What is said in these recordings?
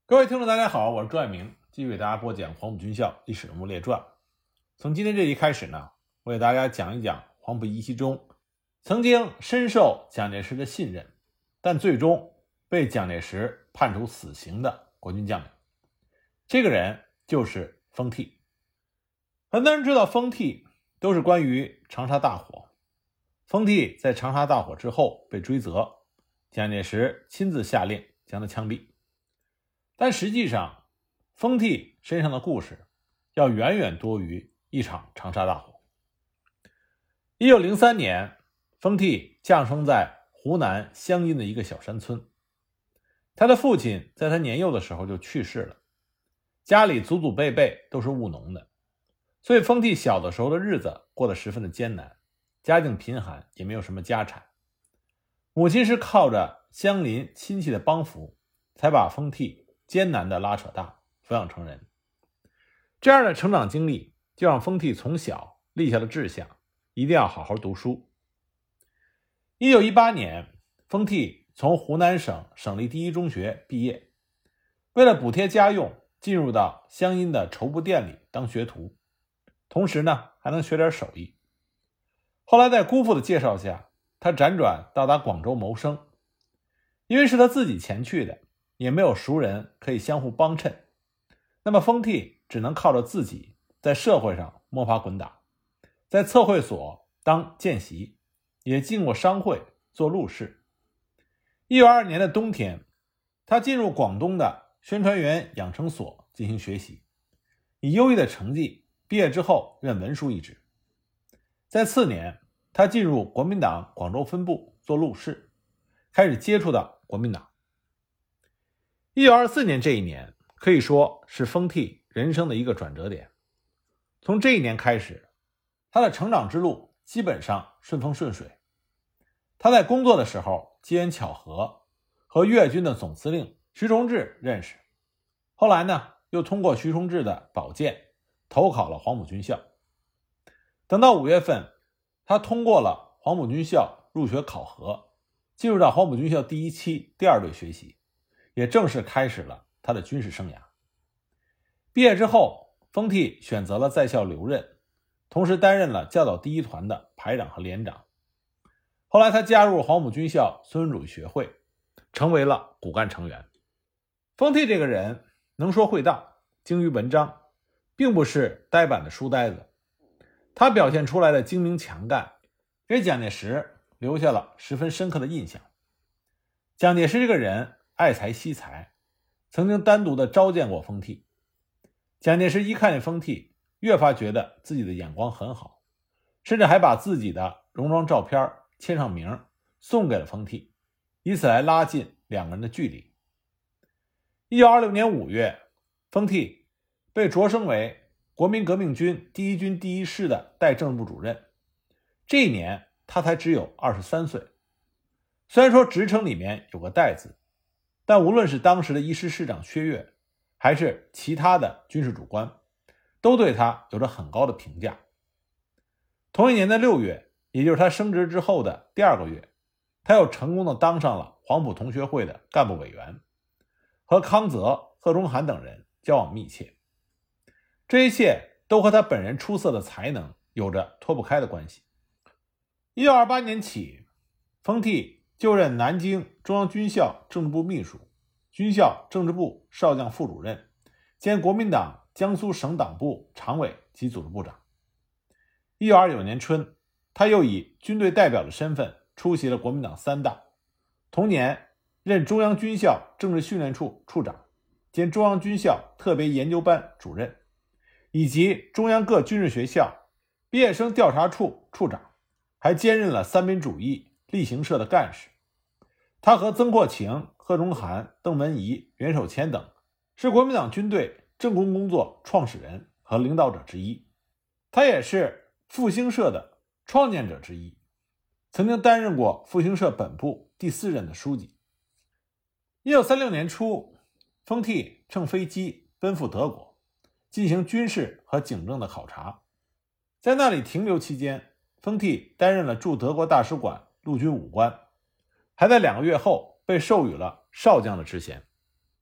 各位听众大家好，我是朱爱明，继续给大家播讲黄埔军校历史人物列传。从今天这集开始呢，我给大家讲一讲黄埔一期中曾经深受蒋介石的信任，但最终被蒋介石判处死刑的国军将领。这个人就是封替。很多人知道封替都是关于长沙大火。封替在长沙大火之后被追责，蒋介石亲自下令将他枪毙。但实际上，封替身上的故事要远远多于一场长沙大火。1903年，封替降生在湖南湘阴的一个小山村。他的父亲在他年幼的时候就去世了，家里祖祖辈辈都是务农的，所以封替小的时候的日子过得十分的艰难，家境贫寒，也没有什么家产。母亲是靠着乡邻亲戚的帮扶，才把封替艰难的拉扯大，抚养成人。这样的成长经历就让封替从小立下了志向，一定要好好读书。1918年，封替从湖南省省立第一中学毕业，为了补贴家用，进入到湘阴的绸布店里当学徒，同时呢还能学点手艺。后来在姑父的介绍下，他辗转到达广州谋生。因为是他自己前去的，也没有熟人可以相互帮衬，那么封替只能靠着自己在社会上摸爬滚打，在测绘所当见习，也进过商会做路士。1922年的冬天，他进入广东的宣传员养成所进行学习，以优异的成绩毕业之后任文书一职。在次年，他进入国民党广州分部做路士，开始接触到国民党。1924年这一年可以说是封替人生的一个转折点。从这一年开始，他的成长之路基本上顺风顺水。他在工作的时候机缘巧合和粤军的总司令徐崇智认识，后来呢又通过徐崇智的保荐投考了黄埔军校。等到5月份，他通过了黄埔军校入学考核，进入到黄埔军校第一期第二队学习，也正式开始了他的军事生涯。毕业之后，封替选择了在校留任，同时担任了教导第一团的排长和连长。后来他加入黄埔军校孙文主义学会，成为了骨干成员。封替这个人能说会道，精于文章，并不是呆板的书呆子。他表现出来的精明强干，给蒋介石留下了十分深刻的印象。蒋介石这个人爱才惜才，曾经单独的召见过封替。蒋介石一看见封替，越发觉得自己的眼光很好，甚至还把自己的戎装照片签上名送给了封替，以此来拉近两个人的距离。1926年5月，封替被擢升为国民革命军第一军第一师的代政治部主任。这一年他才只有23岁。虽然说职称里面有个代字，但无论是当时的一师师长薛岳，还是其他的军事主官，都对他有着很高的评价。同一年的6月，也就是他升职之后的第2个月，他又成功的当上了黄埔同学会的干部委员，和康泽、贺中涵等人交往密切。这一切都和他本人出色的才能有着脱不开的关系。1928年起，封替就任南京中央军校政治部秘书、军校政治部少将副主任，兼国民党江苏省党部常委及组织部长。1929年春，他又以军队代表的身份出席了国民党3大，同年任中央军校政治训练处处长，兼中央军校特别研究班主任，以及中央各军事学校毕业生调查处处长，还兼任了三民主义例行社的干事。他和曾扩情、贺中涵、邓文仪、袁守谦等是国民党军队政工工作创始人和领导者之一。他也是复兴社的创建者之一，曾经担任过复兴社本部第4任的书记。1936年初，封替乘飞机奔赴德国，进行军事和警政的考察。在那里停留期间，封替担任了驻德国大使馆陆军武官，还在2个月后被授予了少将的职衔。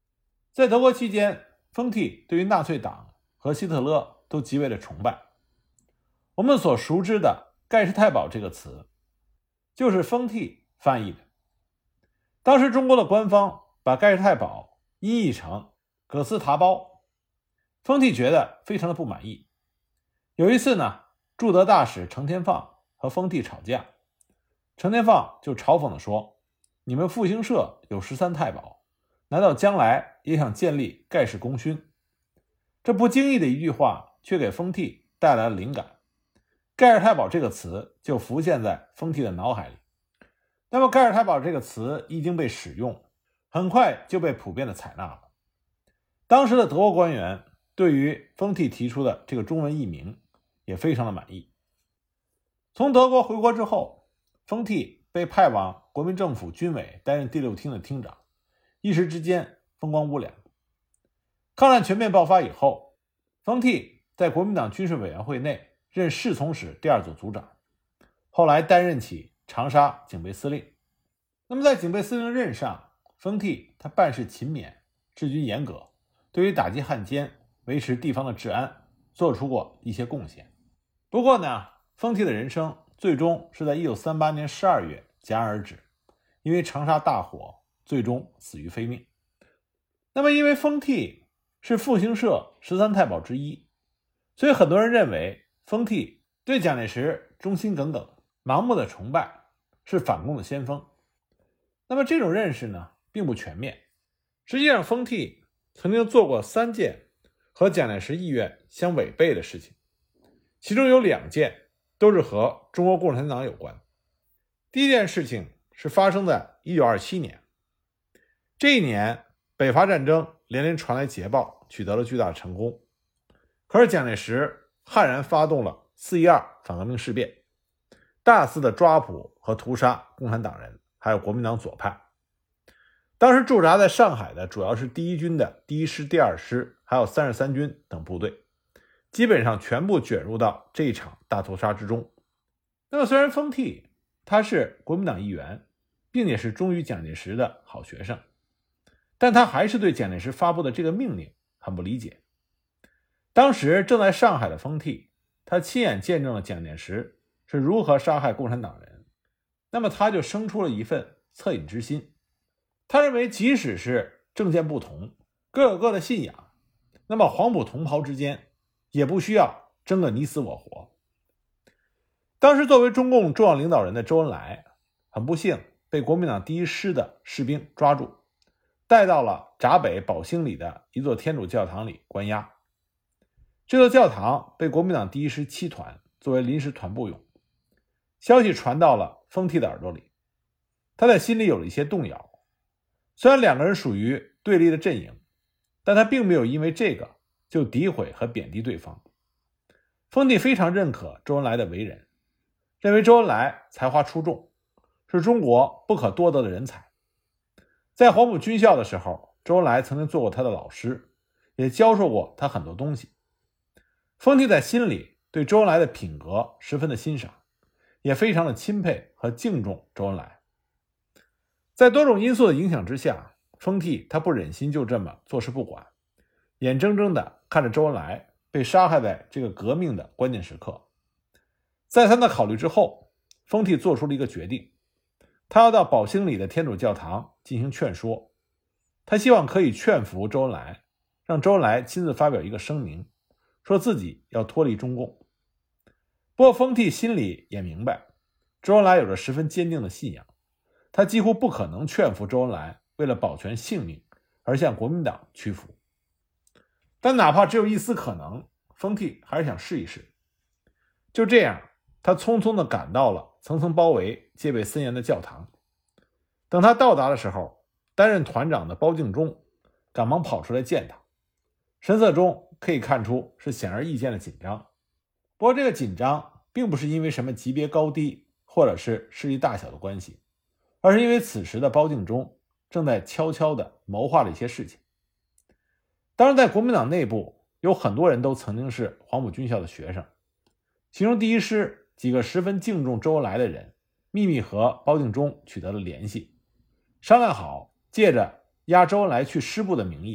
在德国期间，丰替对于纳粹党和希特勒都极为的崇拜。我们所熟知的盖世太保这个词就是丰替翻译的。当时中国的官方把盖世太保音译成葛斯塔包，丰替觉得非常的不满意。有一次呢，驻德大使程天放和丰替吵架，程天放就嘲讽地说，你们复兴社有13太保，难道将来也想建立盖世功勋？这不经意的一句话却给丰替带来了灵感，盖世太保这个词就浮现在丰替的脑海里。那么盖世太保这个词一经被使用，很快就被普遍的采纳了。当时的德国官员对于丰替提出的这个中文译名也非常的满意。从德国回国之后，丰替被派往国民政府军委担任第6厅的厅长，一时之间风光无两。抗战全面爆发以后，丰替在国民党军事委员会内任侍从室第2组组长，后来担任起长沙警备司令。那么在警备司令任上，丰替他办事勤勉，治军严格，对于打击汉奸、维持地方的治安做出过一些贡献。不过呢，丰替的人生最终是在1938年12月戛然而止，因为长沙大火最终死于非命。那么因为丰替是复兴社13太保之一，所以很多人认为丰替对蒋介石忠心耿耿，盲目的崇拜，是反共的先锋。那么这种认识呢并不全面。实际上丰替曾经做过3件和蒋介石意愿相违背的事情，其中有2件都是和中国共产党有关。第一件事情是发生在1927年，这一年北伐战争连连传来捷报，取得了巨大的成功。可是蒋介石悍然发动了4·12反革命事变，大肆的抓捕和屠杀共产党人，还有国民党左派。当时驻扎在上海的主要是第1军的第1师、第2师，还有33军等部队，基本上全部卷入到这一场大屠杀之中。那么虽然丰替他是国民党议员，并且是忠于蒋介石的好学生，但他还是对蒋介石发布的这个命令很不理解。当时正在上海的丰替，他亲眼见证了蒋介石是如何杀害共产党人，那么他就生出了一份恻隐之心。他认为即使是政见不同，各有各的信仰，那么黄埔同袍之间也不需要争个你死我活。当时作为中共重要领导人的周恩来，很不幸被国民党第1师的士兵抓住，带到了闸北宝兴里的一座天主教堂里关押。这座教堂被国民党第1师7团作为临时团部用。消息传到了丰替的耳朵里，他在心里有了一些动摇。虽然2个人属于对立的阵营，但他并没有因为这个就诋毁和贬低对方。丰替非常认可周恩来的为人，认为周恩来才华出众，是中国不可多得的人才。在黄埔军校的时候，周恩来曾经做过他的老师，也教授过他很多东西。丰替在心里对周恩来的品格十分的欣赏，也非常的钦佩和敬重周恩来。在多种因素的影响之下，丰替他不忍心就这么坐视不管，眼睁睁地看着周恩来被杀害在这个革命的关键时刻。在他的考虑之后，丰替做出了一个决定，他要到宝兴里的天主教堂进行劝说。他希望可以劝服周恩来，让周恩来亲自发表一个声明，说自己要脱离中共。不过丰替心里也明白，周恩来有着十分坚定的信仰，他几乎不可能劝服周恩来为了保全性命而向国民党屈服。但哪怕只有一丝可能，丰替还是想试一试。就这样，他匆匆地赶到了层层包围、戒备森严的教堂。等他到达的时候，担任团长的包敬忠赶忙跑出来见他，神色中可以看出是显而易见的紧张。不过这个紧张并不是因为什么级别高低或者是势力大小的关系，而是因为此时的包敬忠正在悄悄地谋划着一些事情。当然在国民党内部有很多人都曾经是黄埔军校的学生，其中第1师几个十分敬重周恩来的人秘密和包敬忠取得了联系，商量好借着押周恩来去师部的名义，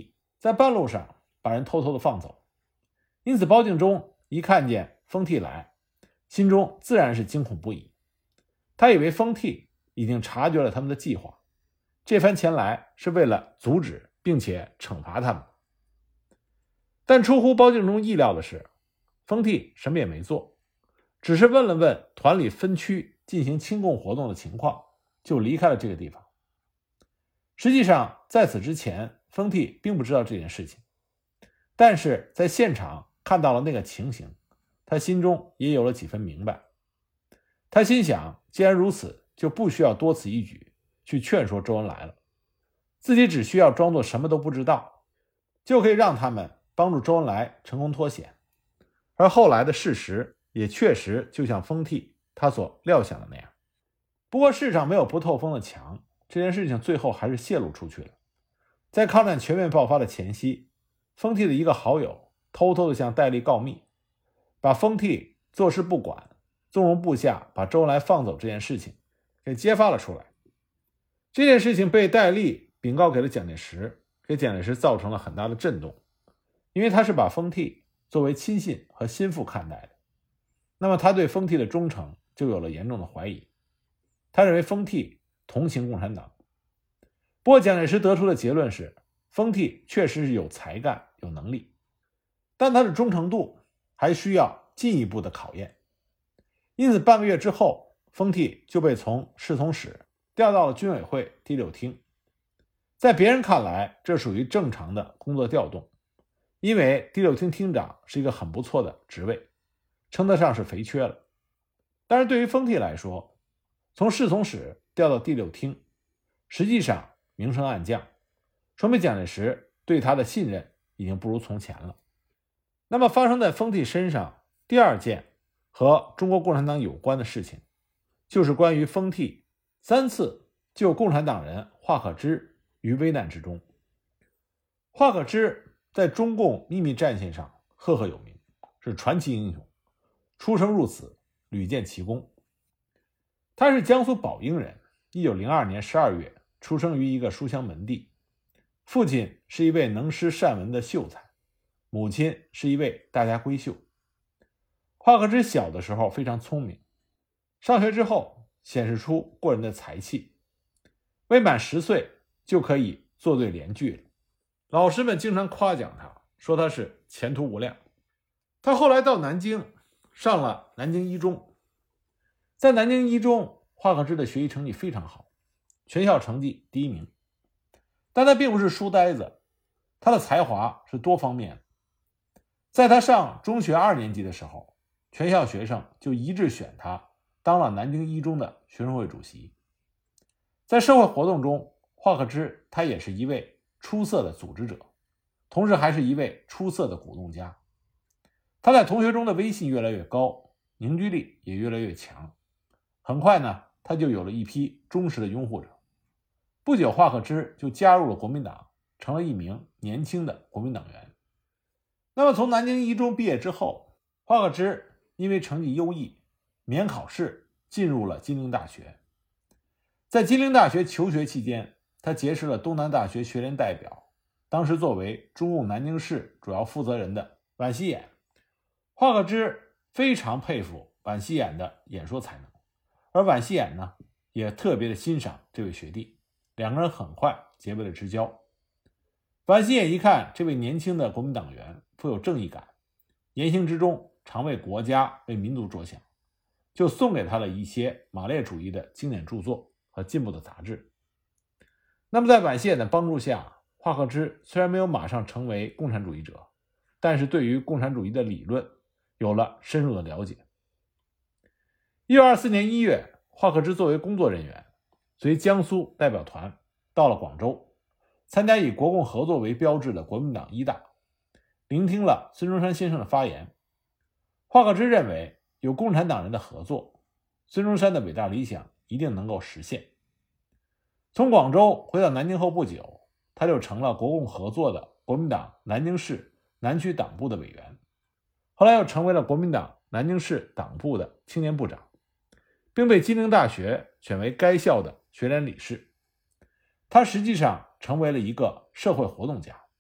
在半路上把人偷偷的放走。因此包敬忠一看见封替来，心中自然是惊恐不已。他以为封替已经察觉了他们的计划，这番前来是为了阻止并且惩罚他们。但出乎包敬忠意料的是，封替什么也没做，只是问了问团里分区进行清共活动的情况，就离开了这个地方。实际上在此之前，封替并不知道这件事情，但是在现场看到了那个情形，他心中也有了几分明白。他心想，既然如此，就不需要多此一举去劝说周恩来了，自己只需要装作什么都不知道，就可以让他们帮助周恩来成功脱险。而后来的事实也确实就像封替他所料想的那样。不过世上没有不透风的墙，这件事情最后还是泄露出去了。在抗战全面爆发的前夕，封替的一个好友偷偷地向戴笠告密，把封替坐视不管，纵容部下把周恩来放走这件事情给揭发了出来。这件事情被戴笠禀告给了蒋介石，给蒋介石造成了很大的震动，因为他是把封替作为亲信和心腹看待的，那么他对封替的忠诚就有了严重的怀疑。他认为封替同情共产党。不过蒋介石得出的结论是，封替确实是有才干有能力，但他的忠诚度还需要进一步的考验。因此半个月之后，封替就被从侍从室调到了军委会第6厅。在别人看来，这属于正常的工作调动，因为第6厅厅长是一个很不错的职位，称得上是肥缺了。但是对于封替来说，从侍从室调到第6厅，实际上明升暗降，说明蒋介石对他的信任已经不如从前了。那么发生在封替身上第二件和中国共产党有关的事情，就是关于封替3次救共产党人华可之于危难之中。华可之在中共秘密战线上赫赫有名，是传奇英雄，出生入死，屡建奇功。他是江苏宝应人，1902年12月出生于一个书香门第，父亲是一位能诗善文的秀才，母亲是一位大家闺秀。华可之小的时候非常聪明，上学之后显示出过人的才气，未满10岁就可以作对联句了。老师们经常夸奖他，说他是前途无量。他后来到南京上了南京一中，在南京一中，华可之的学习成绩非常好，全校成绩第1名。但他并不是书呆子，他的才华是多方面的。在他上中学2年级的时候，全校学生就一致选他当了南京一中的学生会主席。在社会活动中，华可之他也是一位出色的组织者，同时还是一位出色的鼓动家。他在同学中的威信越来越高，凝聚力也越来越强。很快呢，他就有了一批忠实的拥护者。不久，华可之就加入了国民党，成了一名年轻的国民党员。那么从南京一中毕业之后，华可之因为成绩优异，免考试进入了金陵大学。在金陵大学求学期间，他结识了东南大学学联代表，当时作为中共南京市主要负责人的宛希衍。华可之非常佩服宛希衍的演说才能，而宛希衍呢，也特别的欣赏这位学弟，两个人很快结为了知交。宛希衍一看这位年轻的国民党员富有正义感，言行之中常为国家为民族着想，就送给他了一些马列主义的经典著作和进步的杂志。那么在宛希衍的帮助下，华可之虽然没有马上成为共产主义者，但是对于共产主义的理论有了深入的了解。1924年1月，华可之作为工作人员，随江苏代表团到了广州，参加以国共合作为标志的国民党1大，聆听了孙中山先生的发言。华可之认为，有共产党人的合作，孙中山的伟大理想一定能够实现。从广州回到南京后不久，他就成了国共合作的国民党南京市南区党部的委员，后来又成为了国民党南京市党部的青年部长，并被金陵大学选为该校的学联理事。他实际上成为了一个社会活动家。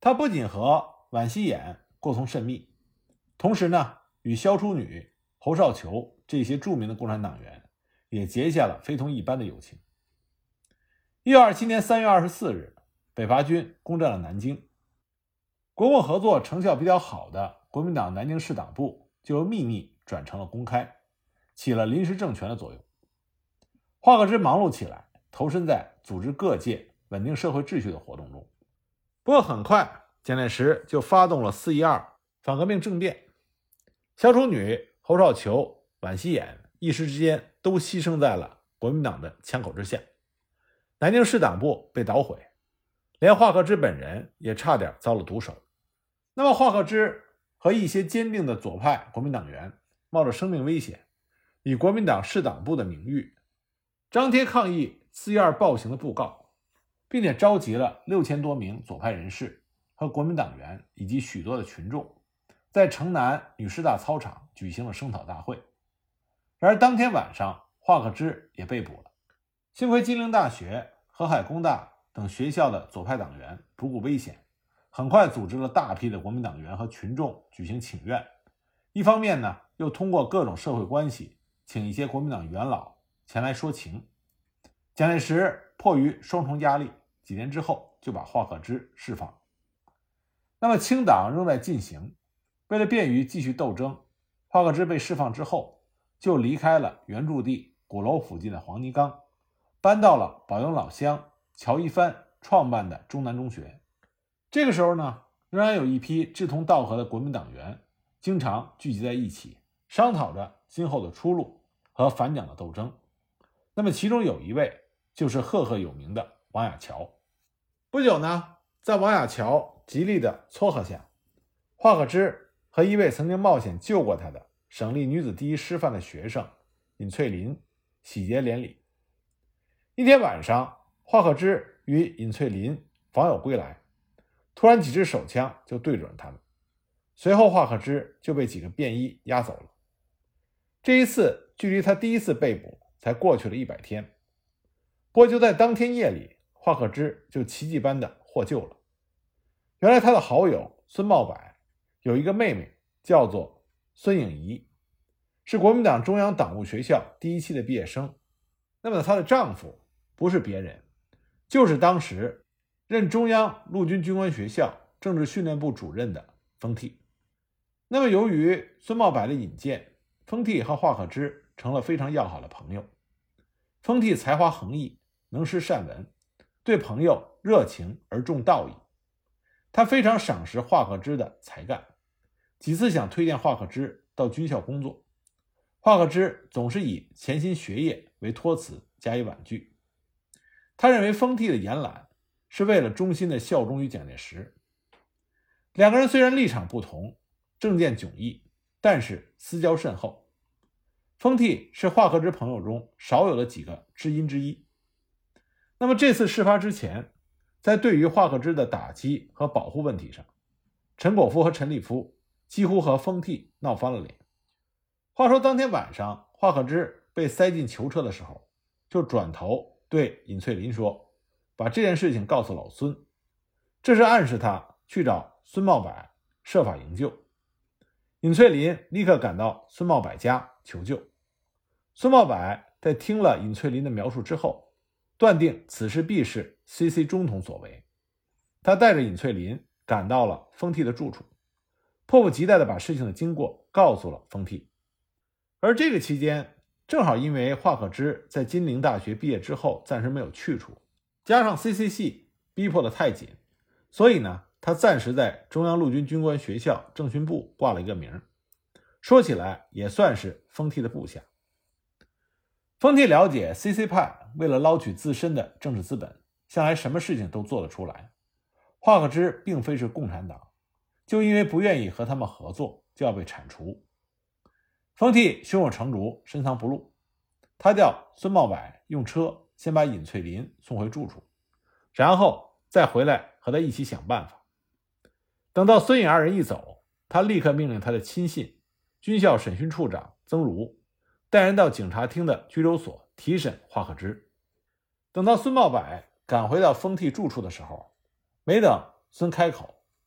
他不仅和宛希衍过从甚密，同时呢，与萧楚女、侯少球这些著名的共产党员也结下了非同一般的友情。1927年3月24日，北伐军攻占了南京，国共合作成效比较好的国民党南京市党部就由秘密转成了公开，起了临时政权的作用。华克之忙碌起来，投身在组织各界稳定社会秩序的活动中。不过很快，蒋介石就发动了4·12反革命政变，萧楚女、侯少球、宛希衍一时之间都牺牲在了国民党的枪口之下，南京市党部被捣毁，连华克之本人也差点遭了毒手。那么华克之和一些坚定的左派国民党员冒着生命危险，以国民党市党部的名誉张贴抗议4·12暴行的布告，并且召集了6000多名左派人士和国民党员以及许多的群众，在城南女师大操场举行了声讨大会。然而当天晚上，华克之也被捕了。幸亏金陵大学、河海工大等学校的左派党员不顾危险，很快组织了大批的国民党员和群众举行请愿。一方面呢，又通过各种社会关系请一些国民党元老前来说情。蒋介石迫于双重压力，几年之后就把华克之释放。那么清党仍在进行，为了便于继续斗争，华克之被释放之后就离开了原驻地鼓楼附近的黄泥岗，搬到了保营老乡乔一帆创办的中南中学。这个时候呢，仍然有一批志同道合的国民党员经常聚集在一起，商讨着今后的出路和反蒋的斗争。那么其中有一位就是赫赫有名的王亚樵。不久呢，在王亚樵极力的撮合下，华克之和一位曾经冒险救过他的省立女子第一师范的学生尹翠林喜结连理。一天晚上，华克之与尹翠林访友归来，突然几支手枪就对准他们，随后华克之就被几个便衣押走了。这一次距离他第一次被捕才过去了100天，不过就在当天夜里，华克之就奇迹般的获救了。原来他的好友孙茂柏有一个妹妹叫做孙颖仪，是国民党中央党务学校第1期的毕业生。那么她的丈夫不是别人，就是当时任中央陆军军官学校政治训练部主任的封替。那么由于孙茂柏的引荐，封替和华克之成了非常要好的朋友。封替才华横溢，能诗善文，对朋友热情而重道义。他非常赏识华克之的才干，几次想推荐华克之到军校工作，华克之总是以潜心学业为托辞加以婉拒。他认为封替的延揽是为了忠心的效忠于蒋介石。两个人虽然立场不同，政见迥异，但是私交甚厚。封替是华克之朋友中少有的几个知音之一。那么这次事发之前，在对于华克之的打击和保护问题上，陈果夫和陈立夫几乎和封替闹翻了脸。话说当天晚上，华克之被塞进囚车的时候，就转头对尹翠林说，把这件事情告诉老孙，这是暗示他去找孙茂柏设法营救。尹翠林立刻赶到孙茂柏家求救。孙茂柏在听了尹翠林的描述之后，断定此事必是 CC 中统所为。他带着尹翠林赶到了封替的住处，迫不及待地把事情的经过告诉了封替。而这个期间，正好因为华克之在金陵大学毕业之后暂时没有去处，加上 CC 系逼迫得太紧，所以呢，他暂时在中央陆军军官学校政训部挂了一个名，说起来也算是封替的部下。封替了解 CC 派为了捞取自身的政治资本，向来什么事情都做得出来。华克之并非是共产党，就因为不愿意和他们合作，就要被铲除。封替胸有成竹，深藏不露。他叫孙茂柏用车先把尹翠林送回住处，然后再回来和他一起想办法。等到孙尹二人一走，他立刻命令他的亲信军校审讯处长曾如带人到警察厅的拘留所提审华克之。等到孙茂柏赶回到封替住处的时候，没等孙开口，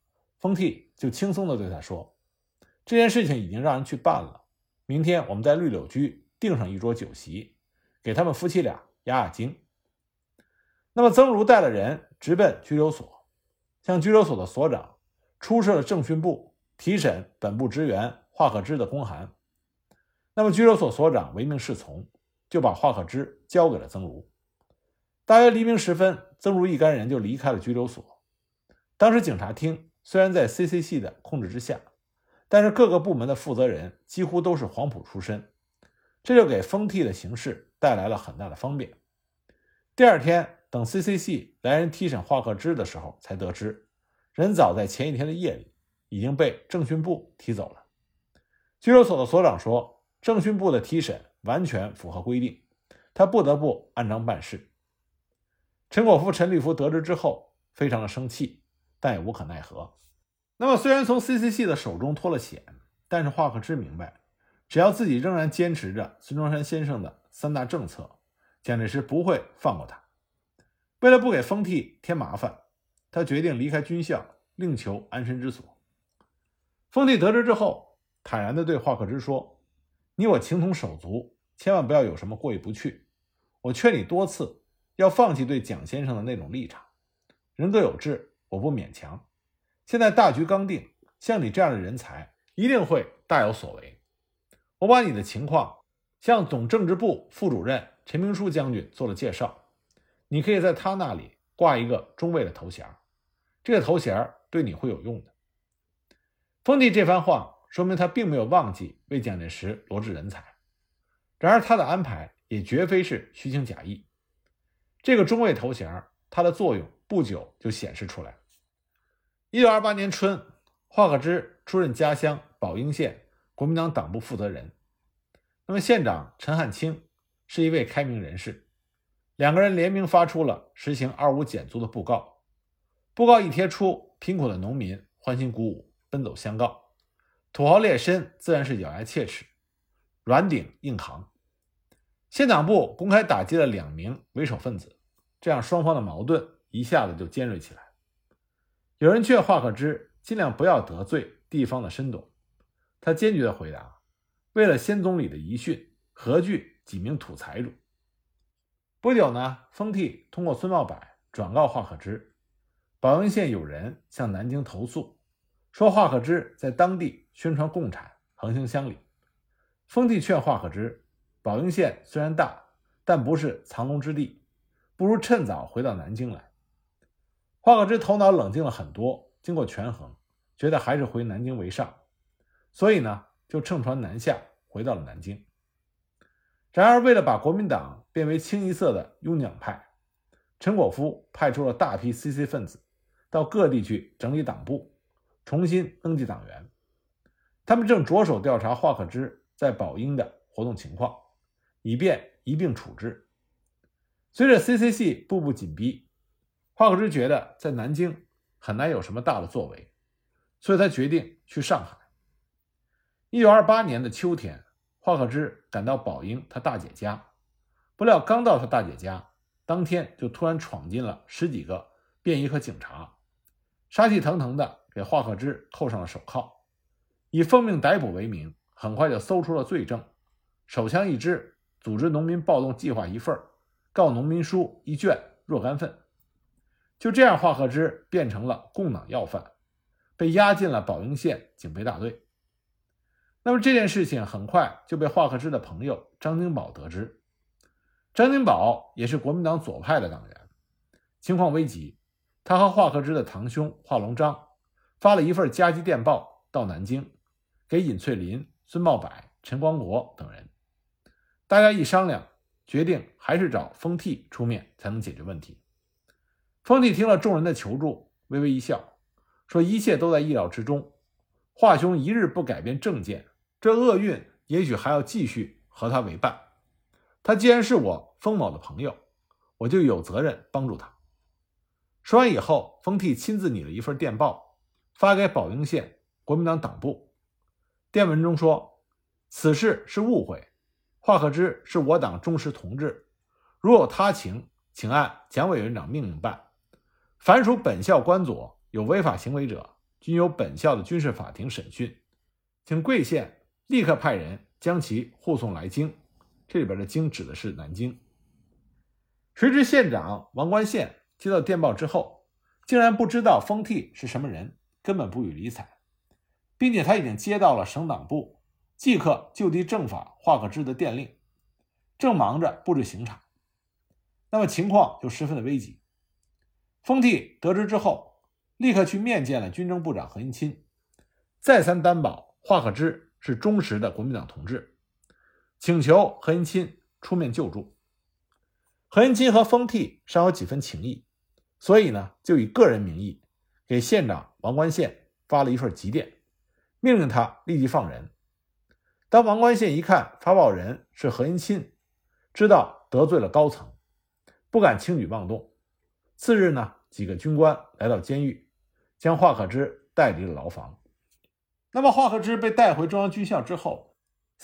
封替就轻松地对他说：“这件事情已经让人去办了，明天我们在绿柳居订上一桌酒席，给他们夫妻俩压惊。”那么曾如带了人直奔拘留所，向拘留所的所长出示了政训部提审本部职员华克之的公函。那么拘留所所长唯命是从，就把华克之交给了曾如。大约黎明时分，曾如一干人就离开了拘留所。当时警察厅虽然在 CC 系的控制之下，但是各个部门的负责人几乎都是黄埔出身，这就给封替的形势带来了很大的方便。第二天，等 CC 系来人提审华克之的时候，才得知人早在前一天的夜里已经被政训部提走了。拘留所的所长说，政训部的提审完全符合规定，他不得不按章办事。陈果夫、陈立夫得知之后非常的生气，但也无可奈何。那么虽然从 CC 系的手中脱了险，但是华克之明白，只要自己仍然坚持着孙中山先生的3大政策，蒋介石不会放过他。为了不给封替添麻烦，他决定离开军校，另求安身之所。封替得知之后，坦然地对华克之说：“你我情同手足，千万不要有什么过意不去。我劝你多次，要放弃对蒋先生的那种立场。人各有志，我不勉强。现在大局刚定，像你这样的人才一定会大有所为。我把你的情况向总政治部副主任陈明书将军做了介绍，你可以在他那里挂一个中尉的头衔，这个头衔对你会有用的。”封替这番话说明他并没有忘记为蒋介石罗致人才，然而他的安排也绝非是虚情假意。这个中尉头衔它的作用不久就显示出来了。1928年春，华克之出任家乡宝应县国民党党部负责人。那么县长陈汉卿是一位开明人士，两个人联名发出了实行25减租的布告。布告一贴出，贫苦的农民欢欣鼓舞，奔走相告，土豪劣绅自然是咬牙切齿，软顶硬扛。县党部公开打击了2名为首分子，这样双方的矛盾一下子就尖锐起来。有人劝华克之尽量不要得罪地方的绅董，他坚决地回答：“为了先总理的遗训，何惧几名土财主？”不久呢，封替通过孙茂柏转告华克之，宝应县有人向南京投诉，说华克之在当地宣传共产，横行乡里。封替劝华克之，宝应县虽然大，但不是藏龙之地，不如趁早回到南京来。华克之头脑冷静了很多，经过权衡，觉得还是回南京为上，所以呢，就乘船南下，回到了南京。然而为了把国民党变为清一色的拥蒋派，陈果夫派出了大批 CC 分子到各地去整理党部，重新登记党员。他们正着手调查华克之在宝应的活动情况，以便一并处置。随着 CC 系步步紧逼，华克之觉得在南京很难有什么大的作为，所以他决定去上海。1928年的秋天，华克之赶到宝应他大姐家，不料刚到他大姐家，当天就突然闯进了10几个便衣和警察，杀气腾腾的给华克之扣上了手铐，以奉命逮捕为名，很快就搜出了罪证：手枪1支，组织农民暴动计划1份，告农民书1卷若干份。就这样，华克之变成了共党要犯，被押进了宝应县警备大队。那么这件事情很快就被华克之的朋友张经保得知。张经保也是国民党左派的党员，情况危急，他和华克之的堂兄华龙章发了一份加急电报到南京，给尹翠林、孙茂柏、陈光国等人。大家一商量，决定还是找封替出面才能解决问题。封替听了众人的求助，微微一笑，说一切都在意料之中，华兄一日不改变政见，这厄运也许还要继续和他为伴。他既然是我封某的朋友，我就有责任帮助他。说完以后，封替亲自拟了一份电报，发给宝应县国民党党部。电文中说，此事是误会，华克之是我党忠实同志，如有他情，请按蒋委员长命令办。凡属本校官佐有违法行为者， 均由本校的军事法庭审讯，请贵县立刻派人将其护送来京，这里边的京指的是南京。谁知县长王冠宪接到电报之后，竟然不知道封替是什么人，根本不予理睬，并且他已经接到了省党部即刻就地正法华克之的电令，正忙着布置刑场，那么情况就十分的危急。封替得知之后，立刻去面见了军政部长何应钦，再三担保华克之是忠实的国民党同志，请求何应钦出面救助。何应钦和封替尚有几分情谊，所以呢，就以个人名义给县长王冠宪发了一份急电，命令他立即放人。当王冠宪一看发报人是何应钦，知道得罪了高层，不敢轻举妄动。次日呢，几个军官来到监狱，将华克之带离了牢房。那么华克之被带回中央军校之后，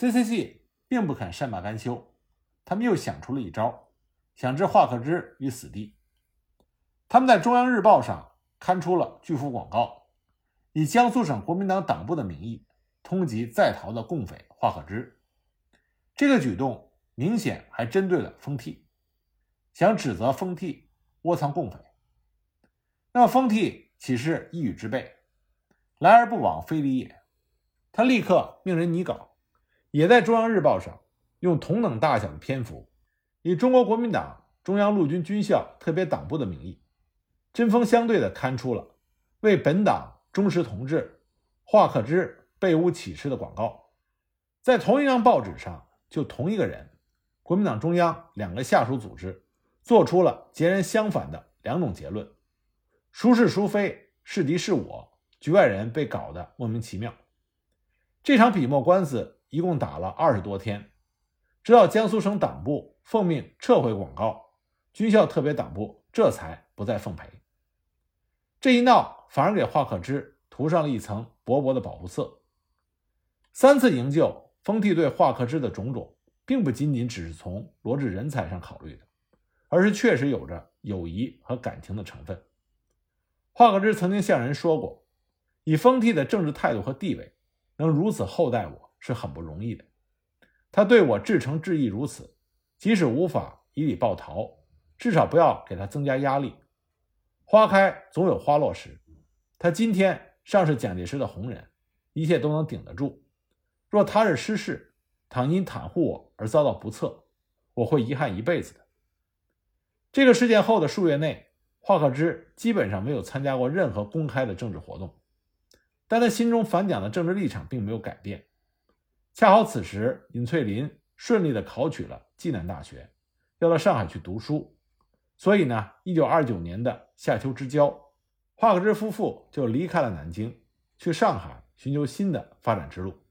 CCC 并不肯善罢甘休，他们又想出了一招，想置华克之于死地。他们在中央日报上刊出了巨幅广告，以江苏省国民党党部的名义通缉在逃的共匪华克之。这个举动明显还针对了封替，想指责封替窝藏共匪。那么封替岂是一语之辈，来而不往非礼也。他立刻命人拟稿，也在中央日报上用同等大小的篇幅，以中国国民党中央陆军军校特别党部的名义，针锋相对地刊出了为本党忠实同志华克之被诬起事的广告。在同一张报纸上，就同一个人，国民党中央两个下属组织做出了截然相反的两种结论，孰是孰非，是敌是我，局外人被搞得莫名其妙。这场笔墨官司一共打了20多天，直到江苏省党部奉命撤回广告，军校特别党部这才不再奉陪。这一闹反而给华克之涂上了一层薄薄的保护色。3次营救，封替对华克之的种种并不仅仅只是从罗致人才上考虑的，而是确实有着友谊和感情的成分。华克之曾经向人说过，以封替的政治态度和地位，能如此厚待我是很不容易的。他对我至诚至义如此，即使无法以礼报陶，至少不要给他增加压力。花开总有花落时，他今天尚是蒋介石的红人，一切都能顶得住。若他日失势，倘因袒护我而遭到不测，我会遗憾一辈子的。这个事件后的数月内，华克之基本上没有参加过任何公开的政治活动，但他心中反蒋的政治立场并没有改变。恰好此时尹翠林顺利地考取了暨南大学，要到上海去读书，所以呢，1929年的夏秋之交，华克之夫妇就离开了南京，去上海寻求新的发展之路。